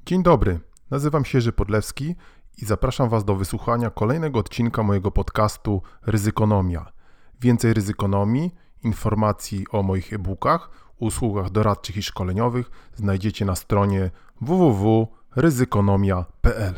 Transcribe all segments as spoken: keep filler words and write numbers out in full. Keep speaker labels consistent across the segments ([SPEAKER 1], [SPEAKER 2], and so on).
[SPEAKER 1] Dzień dobry, nazywam się Jerzy Podlewski i zapraszam Was do wysłuchania kolejnego odcinka mojego podcastu Ryzykonomia. Więcej ryzykonomii, informacji o moich e-bookach, usługach doradczych i szkoleniowych znajdziecie na stronie w w w kropka ryzykonomia kropka p l.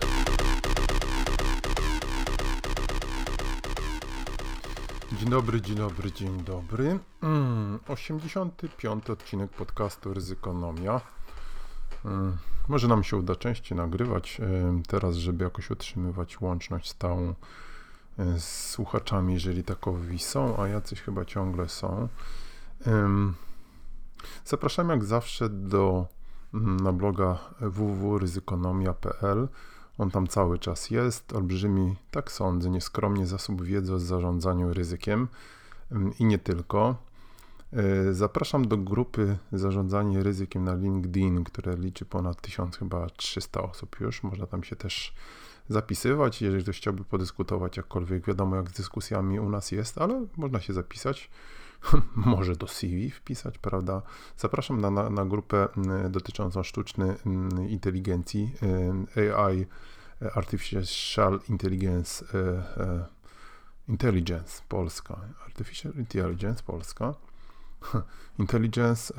[SPEAKER 1] Dzień dobry, dzień dobry, dzień dobry. Mm, osiemdziesiąty piąty odcinek podcastu Ryzykonomia. Mm, może nam się uda częściej nagrywać y, teraz, żeby jakoś utrzymywać łączność stałą y, z słuchaczami, jeżeli takowi są, a jacyś chyba ciągle są. Y, zapraszam jak zawsze do, na bloga w w w kropka ryzykonomia kropka p l. On tam cały czas jest. Olbrzymi, tak sądzę, nieskromnie zasób wiedzy o zarządzaniu ryzykiem i nie tylko. Zapraszam do grupy Zarządzanie ryzykiem na LinkedIn, które liczy ponad tysiąc chyba trzysta osób już. Można tam się też zapisywać, jeżeli ktoś chciałby podyskutować jakkolwiek. Wiadomo, jak z dyskusjami u nas jest, ale można się zapisać. Może do C V wpisać, prawda? Zapraszam na, na, na grupę dotyczącą sztucznej inteligencji, A I, Artificial Intelligence, Intelligence Polska, Artificial Intelligence Polska, Intelligence,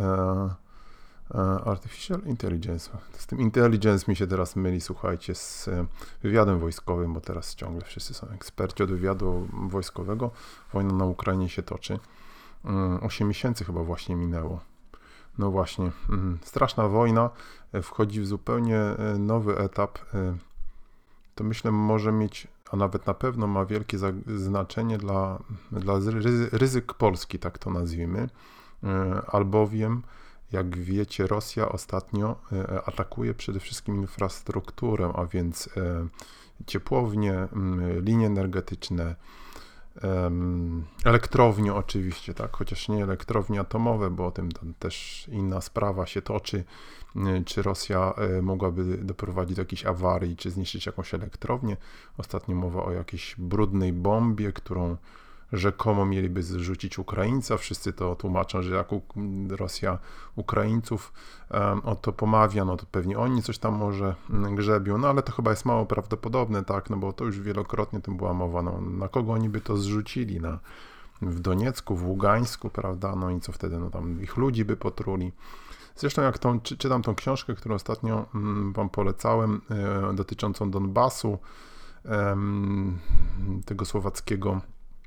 [SPEAKER 1] Artificial Intelligence. Z tym Intelligence mi się teraz myli, słuchajcie, z wywiadem wojskowym, bo teraz ciągle wszyscy są eksperci od wywiadu wojskowego. Wojna na Ukrainie się toczy. osiem miesięcy chyba właśnie minęło. No właśnie, straszna wojna wchodzi w zupełnie nowy etap. To myślę może mieć, a nawet na pewno ma wielkie znaczenie dla, dla ryzyk Polski, tak to nazwijmy, albowiem, jak wiecie, Rosja ostatnio atakuje przede wszystkim infrastrukturę, a więc ciepłownie, linie energetyczne, elektrownie oczywiście, tak, chociaż nie elektrownie atomowe, bo o tym też inna sprawa się toczy, czy Rosja mogłaby doprowadzić do jakiejś awarii, czy zniszczyć jakąś elektrownię. Ostatnio mowa o jakiejś brudnej bombie, którą rzekomo mieliby zrzucić Ukraińca. Wszyscy to tłumaczą, że jak Rosja Ukraińców o to pomawia, no to pewnie oni coś tam może grzebią, no ale to chyba jest mało prawdopodobne, tak, no bo to już wielokrotnie o tym była mowa, no na kogo oni by to zrzucili, na, w Doniecku, w Ługańsku, prawda, no i co wtedy, no tam ich ludzi by potruli. Zresztą jak tą, czy, czytam tą książkę, którą ostatnio mm, wam polecałem, e, dotyczącą Donbasu, e, tego słowackiego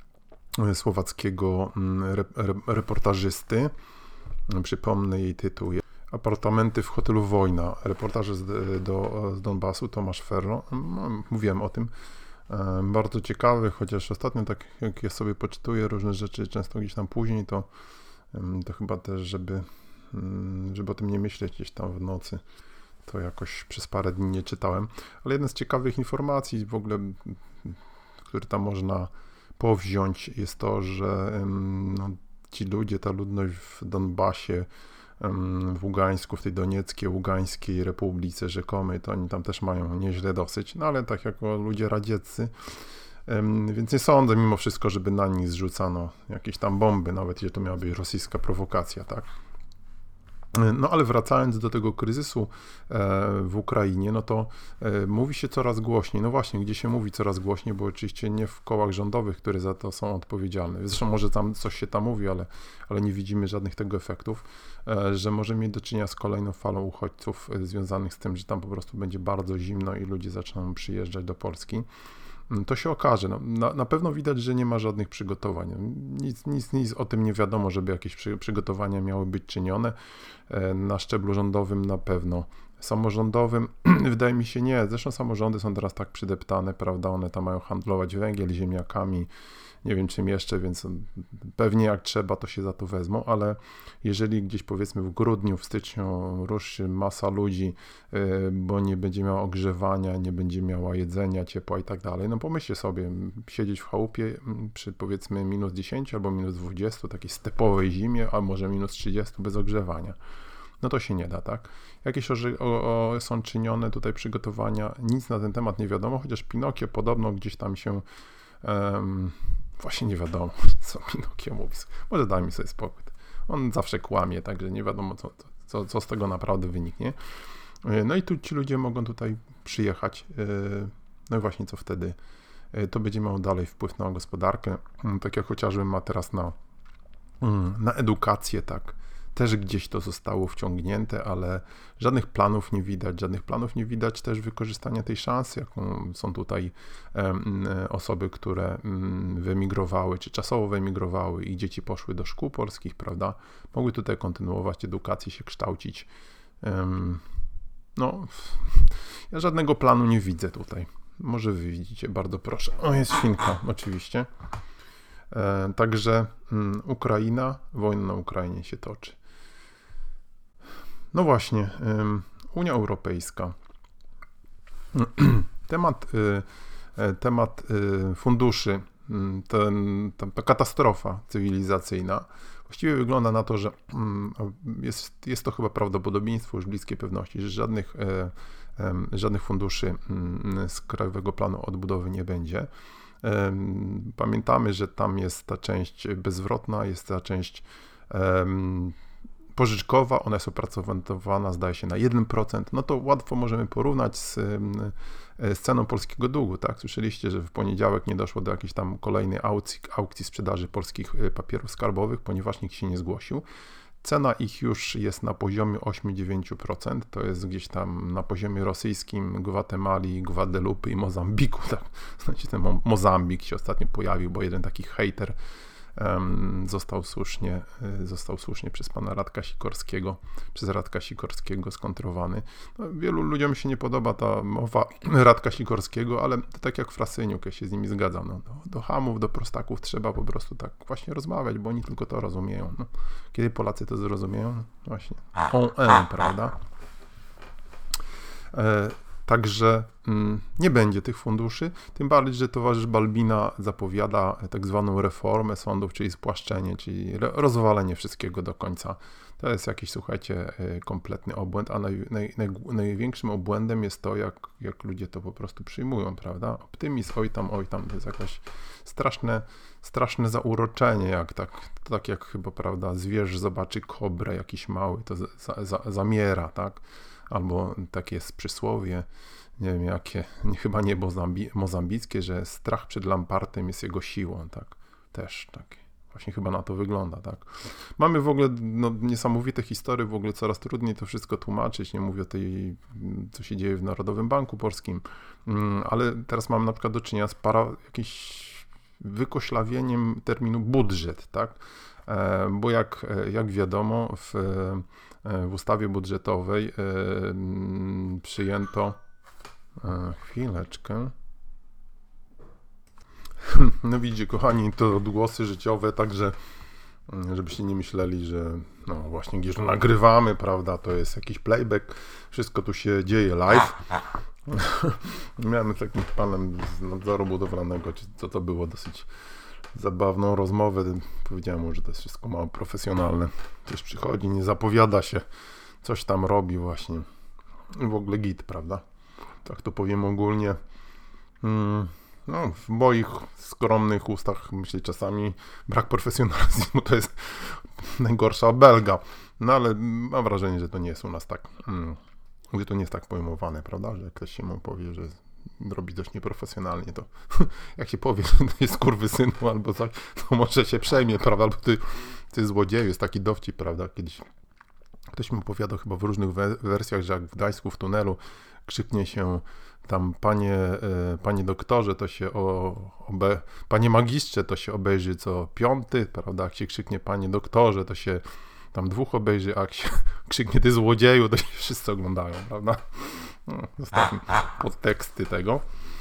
[SPEAKER 1] słowackiego reportażysty. Przypomnę jej tytuł. Apartamenty w hotelu Wojna. Reportaże z, do, z Donbasu, Tomasz Ferro. No, mówiłem o tym. Bardzo ciekawy, chociaż ostatnio tak jak ja sobie poczytuję różne rzeczy, często gdzieś tam później, to, to chyba też, żeby, żeby o tym nie myśleć gdzieś tam w nocy, to jakoś przez parę dni nie czytałem. Ale jedna z ciekawych informacji w ogóle, które tam można powziąć, jest to, że no, ci ludzie, ta ludność w Donbasie, w Ługańsku, w tej Donieckiej, Ługańskiej Republice rzekomej, to oni tam też mają nieźle dosyć, no ale tak jako ludzie radzieccy, więc nie sądzę mimo wszystko, żeby na nich zrzucano jakieś tam bomby, nawet jeżeli to miała być rosyjska prowokacja, tak? No ale wracając do tego kryzysu w Ukrainie, no to mówi się coraz głośniej. No właśnie, gdzie się mówi coraz głośniej, bo oczywiście nie w kołach rządowych, które za to są odpowiedzialne. Zresztą może tam coś się tam mówi, ale, ale nie widzimy żadnych tego efektów, że możemy mieć do czynienia z kolejną falą uchodźców związanych z tym, że tam po prostu będzie bardzo zimno i ludzie zaczną przyjeżdżać do Polski. To się okaże. No, na, na pewno widać, że nie ma żadnych przygotowań. Nic, nic, nic o tym nie wiadomo, żeby jakieś przy, przygotowania miały być czynione. Na szczeblu rządowym na pewno. Samorządowym wydaje mi się nie. Zresztą samorządy są teraz tak przydeptane, prawda? One tam mają handlować węgiel, ziemniakami, nie wiem czym jeszcze, więc pewnie jak trzeba, to się za to wezmą, ale jeżeli gdzieś powiedzmy w grudniu, w styczniu ruszy masa ludzi, bo nie będzie miała ogrzewania, nie będzie miała jedzenia, ciepła i tak dalej, no pomyślcie sobie, siedzieć w chałupie przy powiedzmy minus dziesięć albo minus dwadzieścia, takiej stepowej zimie, a może minus trzydzieści bez ogrzewania. No to się nie da, tak? Jakieś o, o, są czynione tutaj przygotowania, nic na ten temat nie wiadomo, chociaż Pinokio podobno gdzieś tam się um, właśnie nie wiadomo, co Pinokio mówi. Może daj mi sobie spokój. On zawsze kłamie, także nie wiadomo, co, co, co z tego naprawdę wyniknie. No i tu ci ludzie mogą tutaj przyjechać. No i właśnie co wtedy? To będzie miało dalej wpływ na gospodarkę, tak jak chociażby ma teraz na, na edukację, tak. Też gdzieś to zostało wciągnięte, ale żadnych planów nie widać, żadnych planów nie widać też wykorzystania tej szansy, jaką są tutaj osoby, które wyemigrowały, czy czasowo wyemigrowały i dzieci poszły do szkół polskich, prawda, mogły tutaj kontynuować edukację, się kształcić. No, ja żadnego planu nie widzę tutaj. Może wy widzicie, bardzo proszę. O, jest świnka, oczywiście. E, także um, Ukraina, wojna na Ukrainie się toczy. No właśnie, um, Unia Europejska. temat y, temat y, funduszy, ten, ten, ta katastrofa cywilizacyjna właściwie wygląda na to, że um, jest, jest to chyba prawdopodobieństwo już bliskie pewności, że żadnych y, żadnych funduszy z Krajowego Planu Odbudowy nie będzie. Pamiętamy, że tam jest ta część bezzwrotna, jest ta część pożyczkowa, ona jest opracowana, zdaje się, na jeden procent. No to łatwo możemy porównać z, z ceną polskiego długu, tak? Słyszeliście, że w poniedziałek nie doszło do jakiejś tam kolejnej aukcji, aukcji sprzedaży polskich papierów skarbowych, ponieważ nikt się nie zgłosił. Cena ich już jest na poziomie osiem do dziewięciu procent, to jest gdzieś tam na poziomie rosyjskim, Gwatemali, Gwadelupy i Mozambiku. Tak? Znaczy ten Mo- Mozambik się ostatnio pojawił, bo jeden taki hejter um, został słusznie, y, został słusznie przez pana Radka Sikorskiego, przez Radka Sikorskiego skontrowany. No, wielu ludziom się nie podoba ta mowa Radka Sikorskiego, ale to tak jak Frasyniuk, ja się z nimi zgadzam. No, do, do chamów, do prostaków trzeba po prostu tak właśnie rozmawiać, bo oni tylko to rozumieją. No. Kiedy Polacy to zrozumieją? No, właśnie. On, en, prawda? E, Także mm, nie będzie tych funduszy, tym bardziej, że towarzysz Balbina zapowiada tak zwaną reformę sądów, czyli spłaszczenie, czyli rozwalenie wszystkiego do końca. To jest jakiś, słuchajcie, kompletny obłęd, a naj, naj, naj, największym obłędem jest to, jak, jak ludzie to po prostu przyjmują, prawda? Optymizm, oj tam, oj tam, to jest jakaś straszne, straszne zauroczenie, jak tak, tak jak chyba, prawda, zwierz zobaczy kobrę, jakiś mały, to za, za, zamiera, tak? Albo takie jest przysłowie, nie wiem jakie, nie, chyba nie mozambi- mozambickie, że strach przed lampartem jest jego siłą, tak, też takie, właśnie chyba na to wygląda, tak. Mamy w ogóle no, niesamowite historie, w ogóle coraz trudniej to wszystko tłumaczyć, nie mówię o tej, co się dzieje w Narodowym Banku Polskim, ale teraz mamy na przykład do czynienia z para, jakimś wykoślawieniem terminu budżet, tak, bo jak, jak wiadomo w W ustawie budżetowej yy, przyjęto yy, chwileczkę. No widzicie, kochani, to odgłosy życiowe, także żebyście nie myśleli, że no właśnie gdzieś nagrywamy, prawda, to jest jakiś playback, wszystko tu się dzieje live. Miałem z takim panem z nadzoru budowlanego, czy co to było, dosyć zabawną rozmowę. Powiedziałem mu, że to jest wszystko mało profesjonalne. Ktoś przychodzi, nie zapowiada się, coś tam robi właśnie. W ogóle git, prawda? Tak to powiem ogólnie. No, w moich skromnych ustach, myślę, czasami brak profesjonalizmu to jest najgorsza obelga. No ale mam wrażenie, że to nie jest u nas tak, że to nie jest tak pojmowane, prawda? Że ktoś się mu powie, że robi dość nieprofesjonalnie, to jak się powie, że to jest kurwysynu albo coś, to może się przejmie, prawda, albo ty, ty złodzieju, jest taki dowcip, prawda, kiedyś ktoś mi opowiadał chyba w różnych we- wersjach, że jak w Gdańsku w tunelu krzyknie się tam panie, e, panie doktorze, to się o, obe, panie magistrze, to się obejrzy co piąty, prawda, jak się krzyknie panie doktorze, to się tam dwóch obejrzy, a jak się krzyknie ty złodzieju, to się wszyscy oglądają, prawda? No, zostawmy podteksty tego.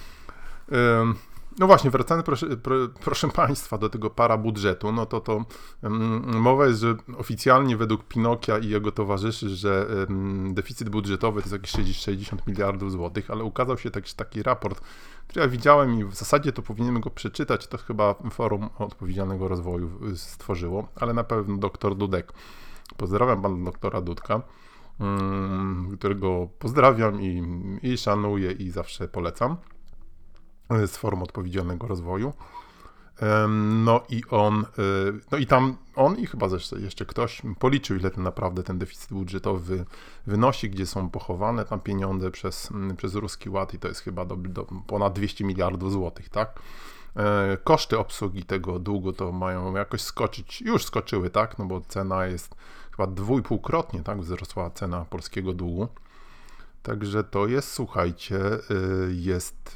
[SPEAKER 1] No właśnie, wracając proszę, proszę Państwa do tego parabudżetu, no to to um, mowa jest, że oficjalnie według Pinokia i jego towarzyszy, że um, deficyt budżetowy to jest jakieś sześćdziesiąt miliardów złotych, ale ukazał się taki, taki raport, który ja widziałem i w zasadzie to powinienem go przeczytać, to chyba Forum Odpowiedzialnego Rozwoju stworzyło, ale na pewno doktor Dudek. Pozdrawiam pana doktora Dudka, um, którego pozdrawiam i, i szanuję i zawsze polecam z Forum Odpowiedzialnego Rozwoju. No i on, no i tam on i chyba jeszcze ktoś policzył, ile ten naprawdę ten deficyt budżetowy wynosi, gdzie są pochowane tam pieniądze przez, przez Ruski Ład i to jest chyba do, do ponad dwieście miliardów złotych, tak? Koszty obsługi tego długu to mają jakoś skoczyć, już skoczyły, tak? No bo cena jest chyba dwójpółkrotnie, tak? Wzrosła cena polskiego długu. Także to jest, słuchajcie, jest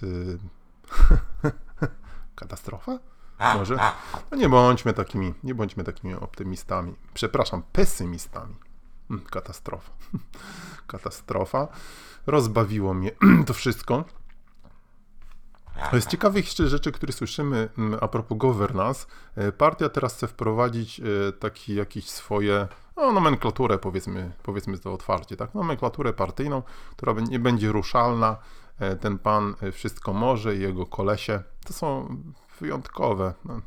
[SPEAKER 1] katastrofa? Może? No nie bądźmy takimi, nie bądźmy takimi optymistami. Przepraszam, pesymistami. Katastrofa. Katastrofa. Rozbawiło mnie to wszystko. Z ciekawych jeszcze rzeczy, które słyszymy a propos governance, partia teraz chce wprowadzić taki jakiś swoje, no, nomenklaturę, powiedzmy, powiedzmy to otwarcie, tak? Nomenklaturę partyjną, która nie będzie ruszalna. Ten pan wszystko może i jego kolesie. To są wyjątkowe, no,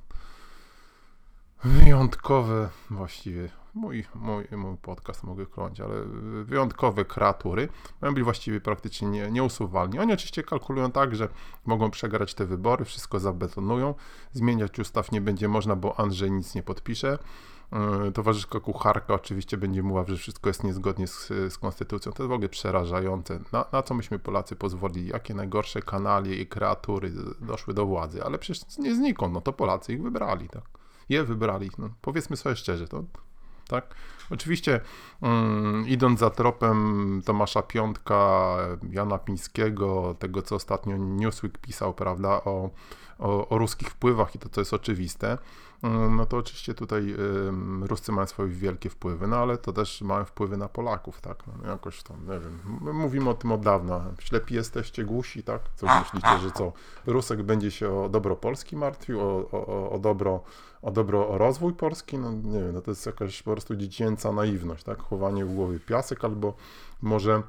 [SPEAKER 1] wyjątkowe właściwie, mój, mój, mój podcast mogę kląć, ale wyjątkowe kreatury mają być właściwie praktycznie nie, nieusuwalni. Oni oczywiście kalkulują tak, że mogą przegrać te wybory, wszystko zabetonują, zmieniać ustaw nie będzie można, bo Andrzej nic nie podpisze. Towarzyszka kucharka oczywiście będzie mówiła, że wszystko jest niezgodnie z, z konstytucją. To jest w ogóle przerażające. Na, na co myśmy Polacy pozwolili? Jakie najgorsze kanalie i kreatury doszły do władzy? Ale przecież nie znikąd, no to Polacy ich wybrali, tak? Je wybrali, no powiedzmy sobie szczerze, to tak? Oczywiście um, idąc za tropem Tomasza Piątka, Jana Pińskiego, tego co ostatnio Newsweek pisał, prawda, o, o, o ruskich wpływach i to co jest oczywiste, um, no to oczywiście tutaj um, Ruscy mają swoje wielkie wpływy, no ale to też mają wpływy na Polaków, tak, no, jakoś tam, nie wiem, mówimy o tym od dawna, ślepi jesteście, głusi, tak, co myślicie, że co, Rusek będzie się o dobro Polski martwił, o, o, o dobro o dobro, o rozwój Polski, no nie wiem, no to jest jakaś po prostu dziecięca naiwność, tak, chowanie w głowie piasek, albo może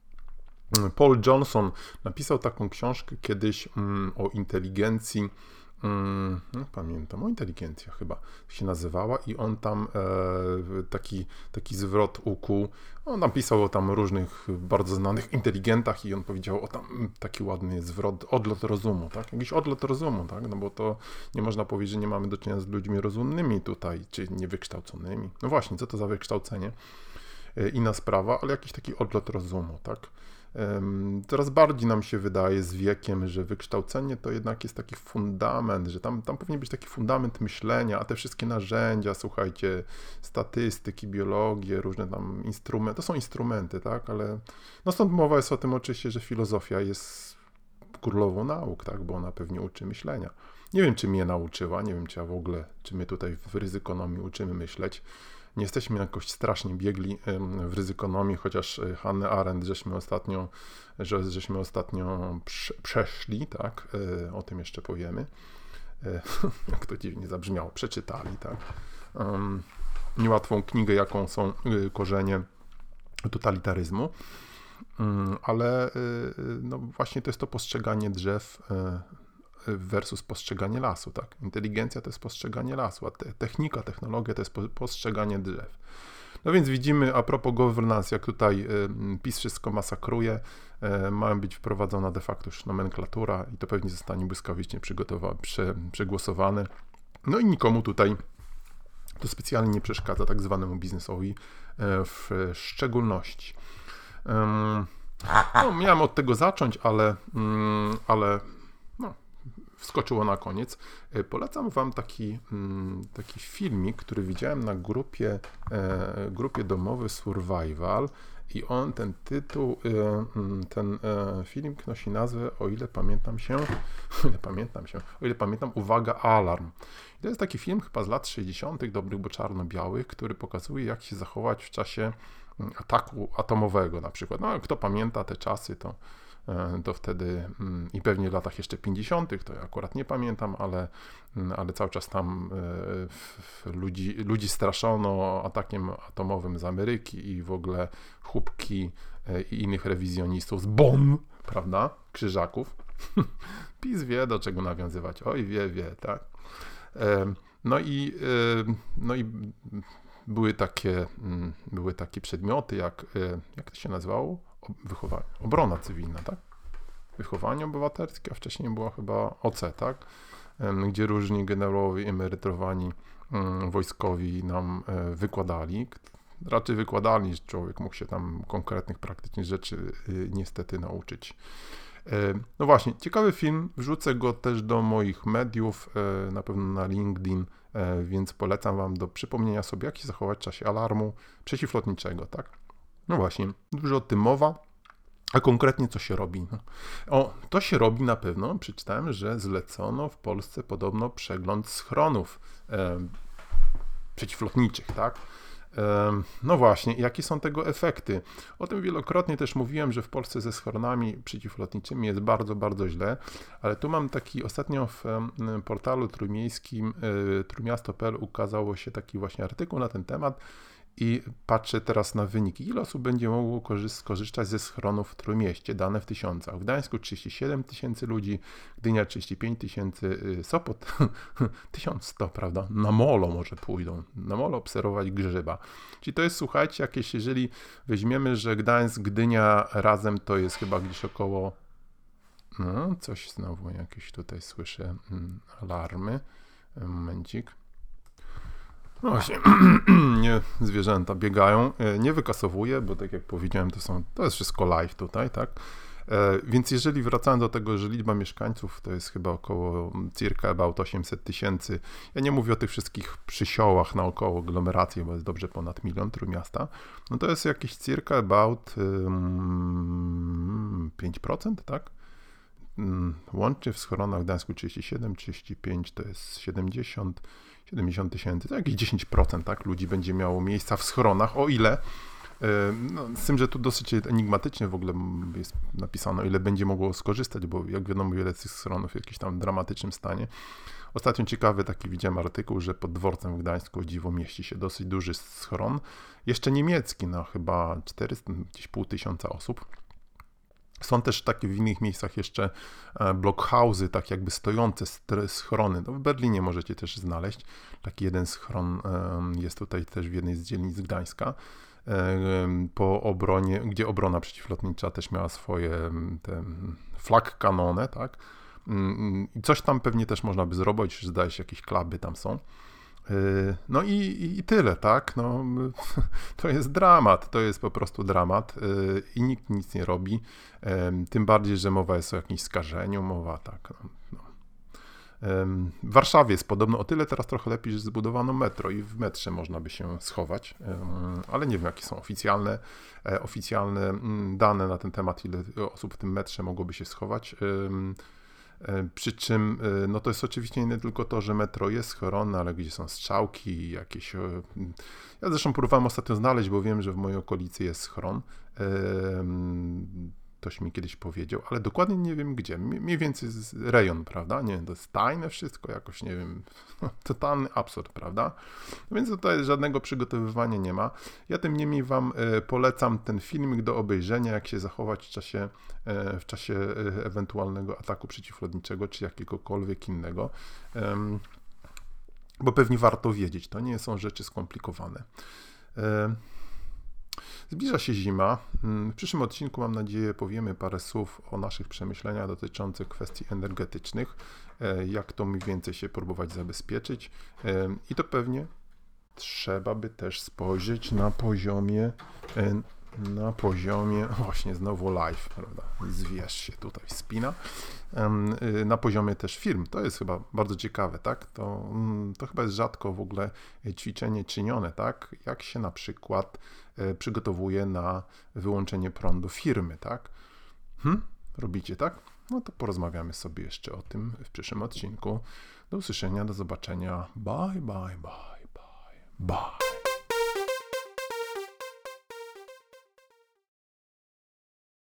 [SPEAKER 1] Paul Johnson napisał taką książkę kiedyś um, o inteligencji, um, no, pamiętam, o inteligencja chyba się nazywała i on tam e, taki, taki zwrot ukuł, on napisał o tam różnych bardzo znanych inteligentach i on powiedział o tam taki ładny zwrot, odlot rozumu, tak, jakiś odlot rozumu, tak, no bo to nie można powiedzieć, że nie mamy do czynienia z ludźmi rozumnymi tutaj, czy niewykształconymi, no właśnie, co to za wykształcenie, e, inna sprawa, ale jakiś taki odlot rozumu, tak. Coraz bardziej nam się wydaje z wiekiem, że wykształcenie to jednak jest taki fundament, że tam, tam powinien być taki fundament myślenia, a te wszystkie narzędzia, słuchajcie, statystyki, biologię, różne tam instrumenty, to są instrumenty, tak, ale no stąd mowa jest o tym oczywiście, że filozofia jest królową nauk, tak, bo ona pewnie uczy myślenia. Nie wiem, czy mnie nauczyła, nie wiem, czy ja w ogóle, czy my tutaj w ryzykonomii uczymy myśleć. Nie jesteśmy jakoś strasznie biegli w ryzykonomii, chociaż Hannę Arendt żeśmy ostatnio, że, żeśmy ostatnio prze, przeszli, tak, o tym jeszcze powiemy. Jak to dziwnie zabrzmiało, przeczytali, tak. Um, niełatwą knigę, jaką są korzenie totalitaryzmu, um, ale no właśnie to jest to postrzeganie drzew versus postrzeganie lasu, tak? Inteligencja to jest postrzeganie lasu, a te, technika, technologia to jest po, postrzeganie drzew. No więc widzimy, a propos governance, jak tutaj y, PiS wszystko masakruje, y, ma być wprowadzona de facto już nomenklatura i to pewnie zostanie błyskawicznie przygotowane, prze, przegłosowane. No i nikomu tutaj to specjalnie nie przeszkadza, tak zwanemu biznesowi y, w szczególności. Y, no, miałem od tego zacząć, ale, y, ale no, wskoczyło na koniec. Polecam wam taki, taki filmik, który widziałem na grupie, grupie Domowy Survival i on, ten tytuł, ten filmik nosi nazwę, o ile pamiętam się, o ile pamiętam się, o ile pamiętam, uwaga, alarm. I to jest taki film chyba z lat sześćdziesiątych, dobrych, bo czarno-białych, który pokazuje, jak się zachować w czasie ataku atomowego na przykład. No, kto pamięta te czasy, to to wtedy i pewnie w latach jeszcze pięćdziesiątych, to ja akurat nie pamiętam, ale, ale cały czas tam ludzi, ludzi straszono atakiem atomowym z Ameryki i w ogóle chłopki i innych rewizjonistów z Bonn, prawda, Krzyżaków. PiS wie, do czego nawiązywać. Oj, wie, wie, tak. No i, no i były takie, były takie przedmioty, jak, jak to się nazywało? Wychowanie, obrona cywilna, tak? Wychowanie obywatelskie, a wcześniej była chyba O C, tak? gdzie różni generałowie emerytowani wojskowi nam wykładali. Raczej wykładali, że człowiek mógł się tam konkretnych, praktycznych rzeczy niestety nauczyć. No właśnie, ciekawy film, wrzucę go też do moich mediów, na pewno na LinkedIn, więc polecam wam do przypomnienia sobie, jak się zachować w czasie alarmu przeciwlotniczego, tak? No właśnie, dużo o tym mowa, a konkretnie co się robi? No. O, to się robi na pewno, przeczytałem, że zlecono w Polsce podobno przegląd schronów e, przeciwlotniczych, tak? No właśnie, jakie są tego efekty? O tym wielokrotnie też mówiłem, że w Polsce ze schronami przeciwlotniczymi jest bardzo, bardzo źle, ale tu mam taki, ostatnio w portalu trójmiejskim trójmiasto kropka p l ukazało się taki właśnie artykuł na ten temat i patrzę teraz na wyniki. Ile osób będzie mogło skorzystać ze schronów w Trójmieście? Dane w tysiącach. W Gdańsku trzydzieści siedem tysięcy ludzi, Gdynia trzydzieści pięć tysięcy, Sopot tysiąc sto, prawda? Na molo może pójdą. Na molo obserwować grzyba. Czyli to jest, słuchajcie, jakieś, jeżeli weźmiemy, że Gdańsk, Gdynia razem to jest chyba gdzieś około, no coś znowu jakieś tutaj słyszę, alarmy. Momencik. No właśnie, nie, zwierzęta biegają, nie wykasowuję, bo tak jak powiedziałem, to są, to jest wszystko live tutaj, tak? E, więc jeżeli wracając do tego, że liczba mieszkańców to jest chyba około, circa about osiemset tysięcy, ja nie mówię o tych wszystkich przysiołach naokoło aglomeracji, bo jest dobrze ponad milion Trójmiasta, no to jest jakieś circa about um, pięć procent, tak? Łącznie w schronach w Gdańsku trzydzieści siedem, trzydzieści pięć to jest siedemdziesiąt, siedemdziesiąt tysięcy, to jakieś dziesięć procent, tak, ludzi będzie miało miejsca w schronach, o ile, no, z tym, że tu dosyć enigmatycznie w ogóle jest napisano, ile będzie mogło skorzystać, bo jak wiadomo, wiele z tych schronów w jakimś tam dramatycznym stanie. Ostatnio ciekawy taki widziałem artykuł, że pod dworcem w Gdańsku, o dziwo, mieści się dosyć duży schron, jeszcze niemiecki, no chyba czterysta, gdzieś pół tysiąca osób. Są też takie w innych miejscach jeszcze blockhouse'y, tak jakby stojące schrony. No w Berlinie możecie też znaleźć. Taki jeden schron jest tutaj też w jednej z dzielnic Gdańska, po obronie, gdzie obrona przeciwlotnicza też miała swoje te flag kanone, tak? I coś tam pewnie też można by zrobić, że zdaje się jakieś kluby tam są. No i, i, i tyle, tak? No, to jest dramat, to jest po prostu dramat i nikt nic nie robi, tym bardziej, że mowa jest o jakimś skażeniu, mowa tak. No, no. W Warszawie jest podobno o tyle teraz trochę lepiej, że zbudowano metro i w metrze można by się schować, ale nie wiem, jakie są oficjalne, oficjalne dane na ten temat, ile osób w tym metrze mogłoby się schować. Przy czym, no to jest oczywiście nie tylko to, że metro jest schronione, ale gdzie są strzałki, jakieś... Ja zresztą próbowałem ostatnio znaleźć, bo wiem, że w mojej okolicy jest schron. Ktoś mi kiedyś powiedział, ale dokładnie nie wiem gdzie. Mniej więcej rejon, prawda? Nie wiem, to jest tajne wszystko, jakoś nie wiem, totalny absurd, prawda? Więc tutaj żadnego przygotowywania nie ma. Ja tym niemniej wam polecam ten filmik do obejrzenia, jak się zachować w czasie, w czasie ewentualnego ataku przeciwlotniczego, czy jakiegokolwiek innego. Bo pewnie warto wiedzieć, to nie są rzeczy skomplikowane. Zbliża się zima. W przyszłym odcinku, mam nadzieję, powiemy parę słów o naszych przemyśleniach dotyczących kwestii energetycznych, jak to mniej więcej się próbować zabezpieczyć i to pewnie trzeba by też spojrzeć na poziomie, na poziomie, właśnie znowu live, prawda, zwierz się tutaj spina, na poziomie też firm. To jest chyba bardzo ciekawe, tak? To, to chyba jest rzadko w ogóle ćwiczenie czynione, tak? Jak się na przykład przygotowuje na wyłączenie prądu firmy, tak? Hm? Robicie tak? No to porozmawiamy sobie jeszcze o tym w przyszłym odcinku. Do usłyszenia, do zobaczenia. Bye, bye, bye, bye, bye.